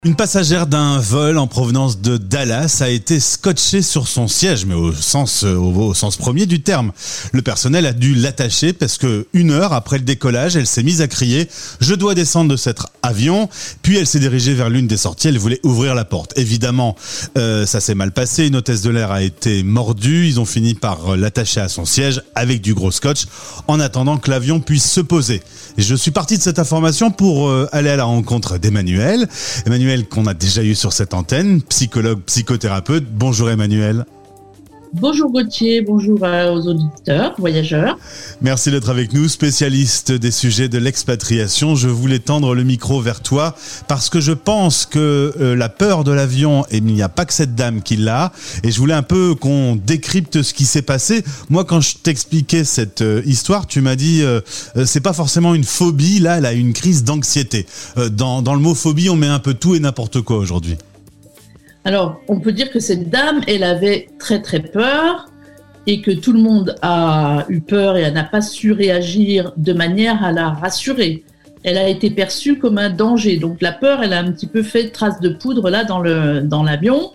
Une passagère d'un vol en provenance de Dallas a été scotchée sur son siège, mais au sens premier du terme. Le personnel a dû l'attacher parce que 1 heure après le décollage, elle s'est mise à crier « Je dois descendre de cet avion ». Puis elle s'est dirigée vers l'une des sorties, elle voulait ouvrir la porte. Évidemment, ça s'est mal passé, une hôtesse de l'air a été mordue, ils ont fini par l'attacher à son siège avec du gros scotch en attendant que l'avion puisse se poser. Et je suis parti de cette information pour aller à la rencontre d'Emmanuel. Emmanuel qu'on a déjà eu sur cette antenne, psychologue, psychothérapeute. Bonjour Emmanuel. Bonjour Gauthier, bonjour aux auditeurs, voyageurs. Merci d'être avec nous, spécialiste des sujets de l'expatriation. Je voulais tendre le micro vers toi parce que je pense que la peur de l'avion, il n'y a pas que cette dame qui l'a. Et je voulais un peu qu'on décrypte ce qui s'est passé. Moi, quand je t'expliquais cette histoire, tu m'as dit c'est pas forcément une phobie, là, elle a une crise d'anxiété. Dans le mot phobie, on met un peu tout et n'importe quoi aujourd'hui. Alors, on peut dire que cette dame, elle avait très très peur et que tout le monde a eu peur et elle n'a pas su réagir de manière à la rassurer. Elle a été perçue comme un danger. Donc la peur, elle a un petit peu fait trace de poudre là dans l'avion.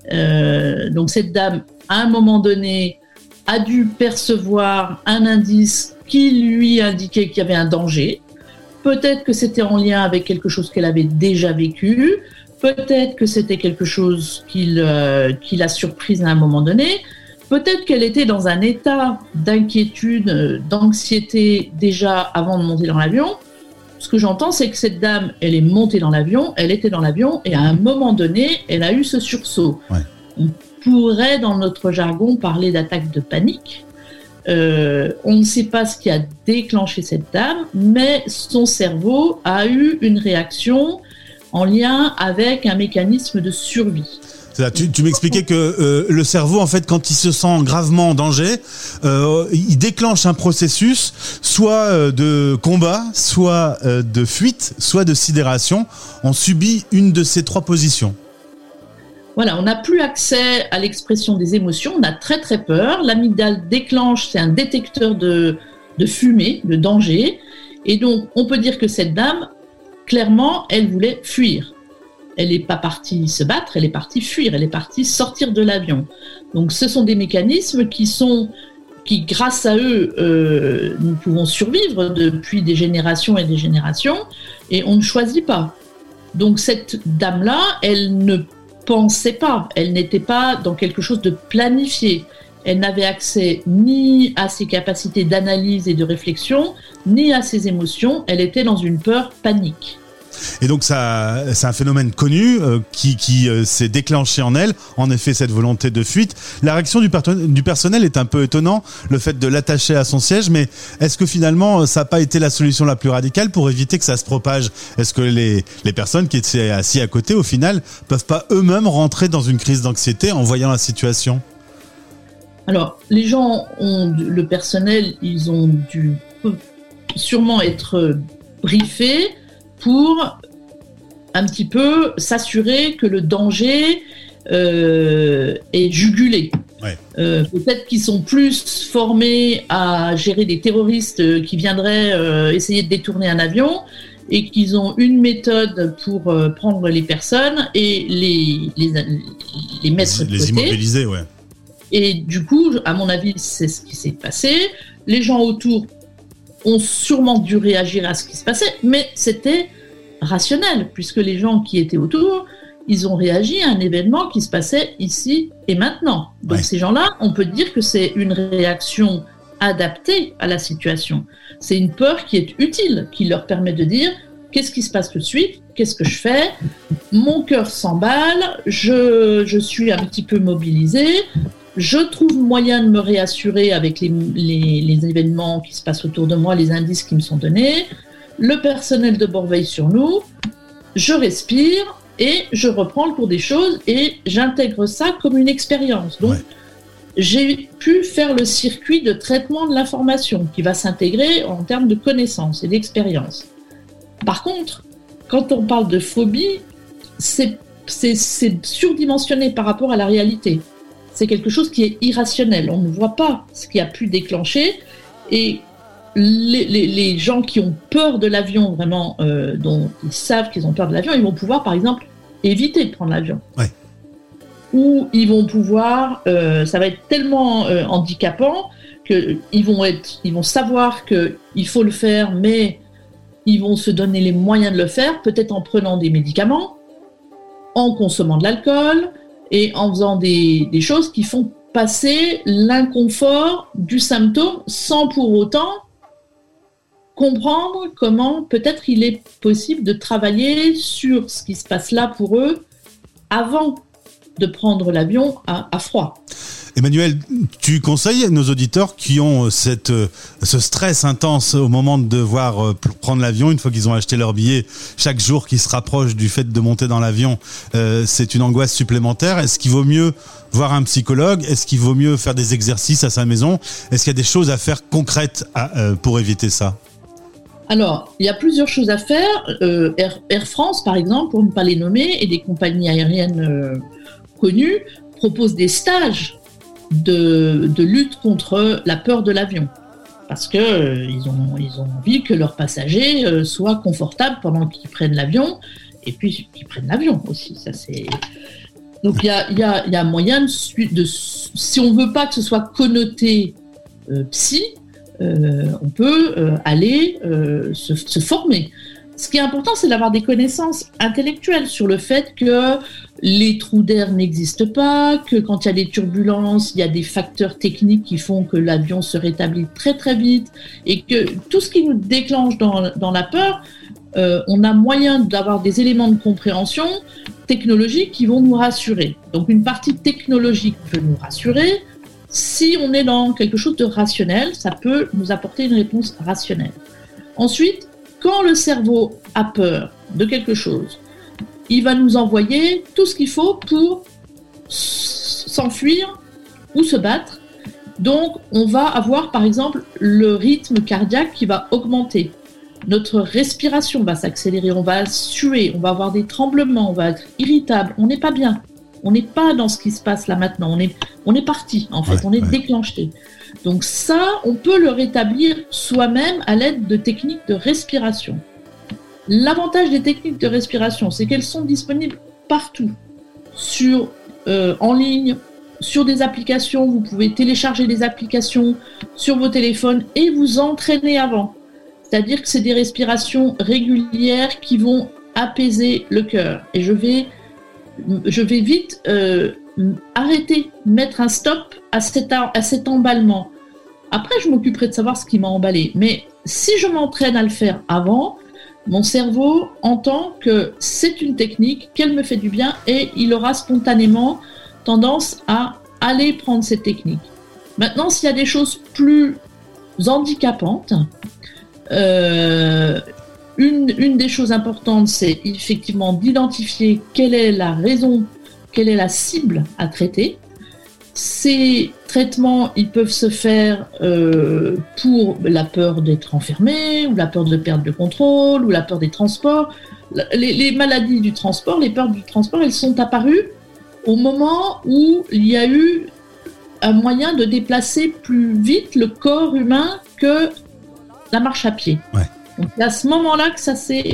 Donc cette dame, à un moment donné, a dû percevoir un indice qui lui indiquait qu'il y avait un danger. Peut-être que c'était en lien avec quelque chose qu'elle avait déjà vécu. Peut-être que c'était quelque chose qui l'a surprise à un moment donné. Peut-être qu'elle était dans un état d'inquiétude, d'anxiété déjà avant de monter dans l'avion. Ce que j'entends, c'est que cette dame, elle est montée dans l'avion, elle était dans l'avion et à un moment donné, elle a eu ce sursaut. Ouais. On pourrait, dans notre jargon, parler d'attaque de panique. On ne sait pas ce qui a déclenché cette dame, mais son cerveau a eu une réaction en lien avec un mécanisme de survie. Tu m'expliquais que le cerveau, en fait, quand il se sent gravement en danger, il déclenche un processus, soit de combat, soit de fuite, soit de sidération. On subit une de ces trois positions. Voilà, on n'a plus accès à l'expression des émotions, on a très très peur. L'amygdale déclenche, c'est un détecteur de fumée, de danger. Et donc, on peut dire que cette dame, clairement, elle voulait fuir. Elle n'est pas partie se battre, elle est partie fuir, elle est partie sortir de l'avion. Donc ce sont des mécanismes qui grâce à eux, nous pouvons survivre depuis des générations et des générations, et on ne choisit pas. Donc cette dame-là, elle ne pensait pas, elle n'était pas dans quelque chose de planifié. Elle n'avait accès ni à ses capacités d'analyse et de réflexion, ni à ses émotions. Elle était dans une peur panique. Et donc ça, c'est un phénomène connu qui s'est déclenché en elle. En effet, cette volonté de fuite. La réaction du personnel est un peu étonnant, le fait de l'attacher à son siège. Mais est-ce que finalement, ça n'a pas été la solution la plus radicale pour éviter que ça se propage ? Est-ce que les personnes qui étaient assises à côté, au final, peuvent pas eux-mêmes rentrer dans une crise d'anxiété en voyant la situation ? Alors, les gens le personnel, ils ont dû sûrement être briefés pour un petit peu s'assurer que le danger est jugulé. Ouais. Peut-être qu'ils sont plus formés à gérer des terroristes qui viendraient essayer de détourner un avion et qu'ils ont une méthode pour prendre les personnes et les mettre de côté. Les immobiliser, ouais. Et du coup, à mon avis, c'est ce qui s'est passé. Les gens autour ont sûrement dû réagir à ce qui se passait, mais c'était rationnel, puisque les gens qui étaient autour, ils ont réagi à un événement qui se passait ici et maintenant. Donc Ces gens-là, on peut dire que c'est une réaction adaptée à la situation. C'est une peur qui est utile, qui leur permet de dire qu'est-ce qui se passe tout de suite, qu'est-ce que je fais, mon cœur s'emballe, je suis un petit peu mobilisée. Je trouve moyen de me réassurer avec les événements qui se passent autour de moi, les indices qui me sont donnés. Le personnel de bord veille sur nous. Je respire et je reprends le cours des choses et j'intègre ça comme une expérience. Donc, j'ai pu faire le circuit de traitement de l'information qui va s'intégrer en termes de connaissances et d'expérience. Par contre, quand on parle de phobie, c'est surdimensionné par rapport à la réalité. C'est quelque chose qui est irrationnel. On ne voit pas ce qui a pu déclencher. Et les gens qui ont peur de l'avion, vraiment, dont ils savent qu'ils ont peur de l'avion, ils vont pouvoir, par exemple, éviter de prendre l'avion. Ouais. Ou ils vont pouvoir, ça va être tellement handicapant qu'ils vont savoir qu'il faut le faire, mais ils vont se donner les moyens de le faire, peut-être en prenant des médicaments, en consommant de l'alcool et en faisant des choses qui font passer l'inconfort du symptôme sans pour autant comprendre comment peut-être il est possible de travailler sur ce qui se passe là pour eux avant de prendre l'avion à froid. Emmanuel, tu conseilles nos auditeurs qui ont ce stress intense au moment de devoir prendre l'avion, une fois qu'ils ont acheté leur billet, chaque jour qui se rapproche du fait de monter dans l'avion, c'est une angoisse supplémentaire. Est-ce qu'il vaut mieux voir un psychologue? Est-ce qu'il vaut mieux faire des exercices à sa maison? Est-ce qu'il y a des choses à faire concrètes pour éviter ça? Alors, il y a plusieurs choses à faire. Air France, par exemple, pour ne pas les nommer, et des compagnies aériennes connues, proposent des stages de lutte contre la peur de l'avion. Parce qu'ils ont envie que leurs passagers soient confortables pendant qu'ils prennent l'avion, et puis qu'ils prennent l'avion aussi. Ça, c'est... Donc il y a moyen si on ne veut pas que ce soit connoté psy, on peut aller se former. Ce qui est important, c'est d'avoir des connaissances intellectuelles sur le fait que les trous d'air n'existent pas, que quand il y a des turbulences, il y a des facteurs techniques qui font que l'avion se rétablit très très vite, et que tout ce qui nous déclenche dans la peur, on a moyen d'avoir des éléments de compréhension technologiques qui vont nous rassurer. Donc une partie technologique peut nous rassurer. Si on est dans quelque chose de rationnel, ça peut nous apporter une réponse rationnelle. Ensuite, quand le cerveau a peur de quelque chose, il va nous envoyer tout ce qu'il faut pour s'enfuir ou se battre. Donc, on va avoir, par exemple, le rythme cardiaque qui va augmenter. Notre respiration va s'accélérer, on va suer, on va avoir des tremblements, on va être irritable, on n'est pas bien. On n'est pas dans ce qui se passe là maintenant, on est parti, en fait, on est déclenché. Donc ça, on peut le rétablir soi-même à l'aide de techniques de respiration. L'avantage des techniques de respiration, c'est qu'elles sont disponibles partout, en ligne, sur des applications. Vous pouvez télécharger des applications sur vos téléphones et vous entraîner avant. C'est-à-dire que c'est des respirations régulières qui vont apaiser le cœur. Et je vais vite arrêter, mettre un stop à cet emballement. Après, je m'occuperai de savoir ce qui m'a emballé. Mais si je m'entraîne à le faire avant, mon cerveau entend que c'est une technique, qu'elle me fait du bien, et il aura spontanément tendance à aller prendre cette technique. Maintenant, s'il y a des choses plus handicapantes, une des choses importantes, c'est effectivement d'identifier quelle est la raison, quelle est la cible à traiter. Ces traitements, ils peuvent se faire pour la peur d'être enfermé, ou la peur de perdre le contrôle, ou la peur des transports. Les maladies du transport, les peurs du transport, elles sont apparues au moment où il y a eu un moyen de déplacer plus vite le corps humain que la marche à pied. Ouais. Donc c'est à ce moment-là que ça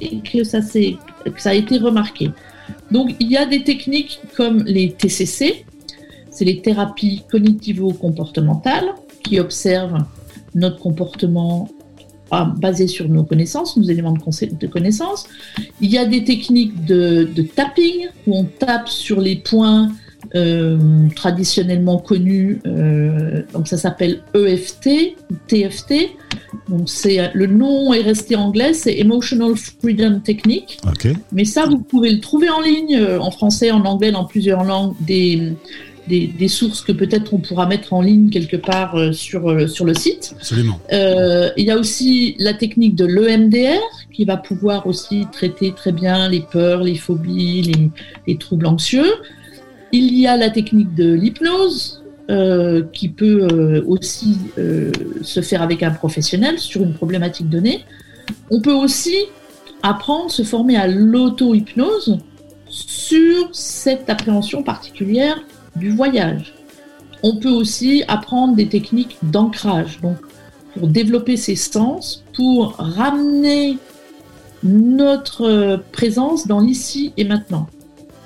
a été remarqué. Donc il y a des techniques comme les TCC, c'est les thérapies cognitivo-comportementales qui observent notre comportement basé sur nos connaissances, nos éléments de connaissances. Il y a des techniques de tapping où on tape sur les points traditionnellement connus, donc ça s'appelle EFT, TFT. Donc le nom est resté anglais, c'est Emotional Freedom Technique. Okay. Mais ça, vous pouvez le trouver en ligne, en français, en anglais, dans plusieurs langues, des sources que peut-être on pourra mettre en ligne quelque part sur le site. Absolument. Il y a aussi la technique de l'EMDR qui va pouvoir aussi traiter très bien les peurs, les phobies, les troubles anxieux. Il y a la technique de l'hypnose qui peut aussi se faire avec un professionnel sur une problématique donnée. On peut aussi apprendre, se former à l'auto-hypnose sur cette appréhension particulière du voyage. On peut aussi apprendre des techniques d'ancrage, donc pour développer ses sens, pour ramener notre présence dans l'ici et maintenant.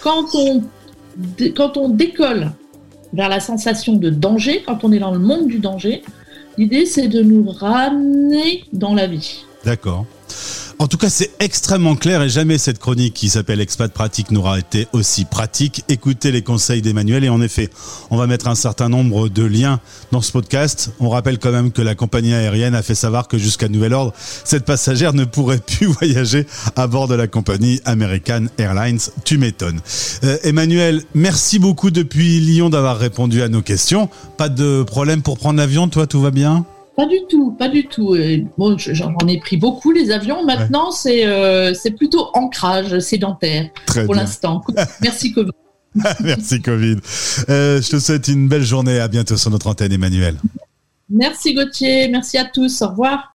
quand on décolle vers la sensation de danger, quand on est dans le monde du danger, l'idée c'est de nous ramener dans la vie. D'accord. En tout cas, c'est extrêmement clair et jamais cette chronique qui s'appelle Expat Pratique n'aura été aussi pratique. Écoutez les conseils d'Emmanuel et en effet, on va mettre un certain nombre de liens dans ce podcast. On rappelle quand même que la compagnie aérienne a fait savoir que jusqu'à nouvel ordre, cette passagère ne pourrait plus voyager à bord de la compagnie American Airlines. Tu m'étonnes. Emmanuel, merci beaucoup depuis Lyon d'avoir répondu à nos questions. Pas de problème pour prendre l'avion, toi, tout va bien ? Pas du tout. Bon, j'en ai pris beaucoup les avions. Maintenant, c'est plutôt ancrage sédentaire pour l'instant. Merci Covid. Merci Covid. Je te souhaite une belle journée. À bientôt sur notre antenne, Emmanuel. Merci Gauthier. Merci à tous. Au revoir.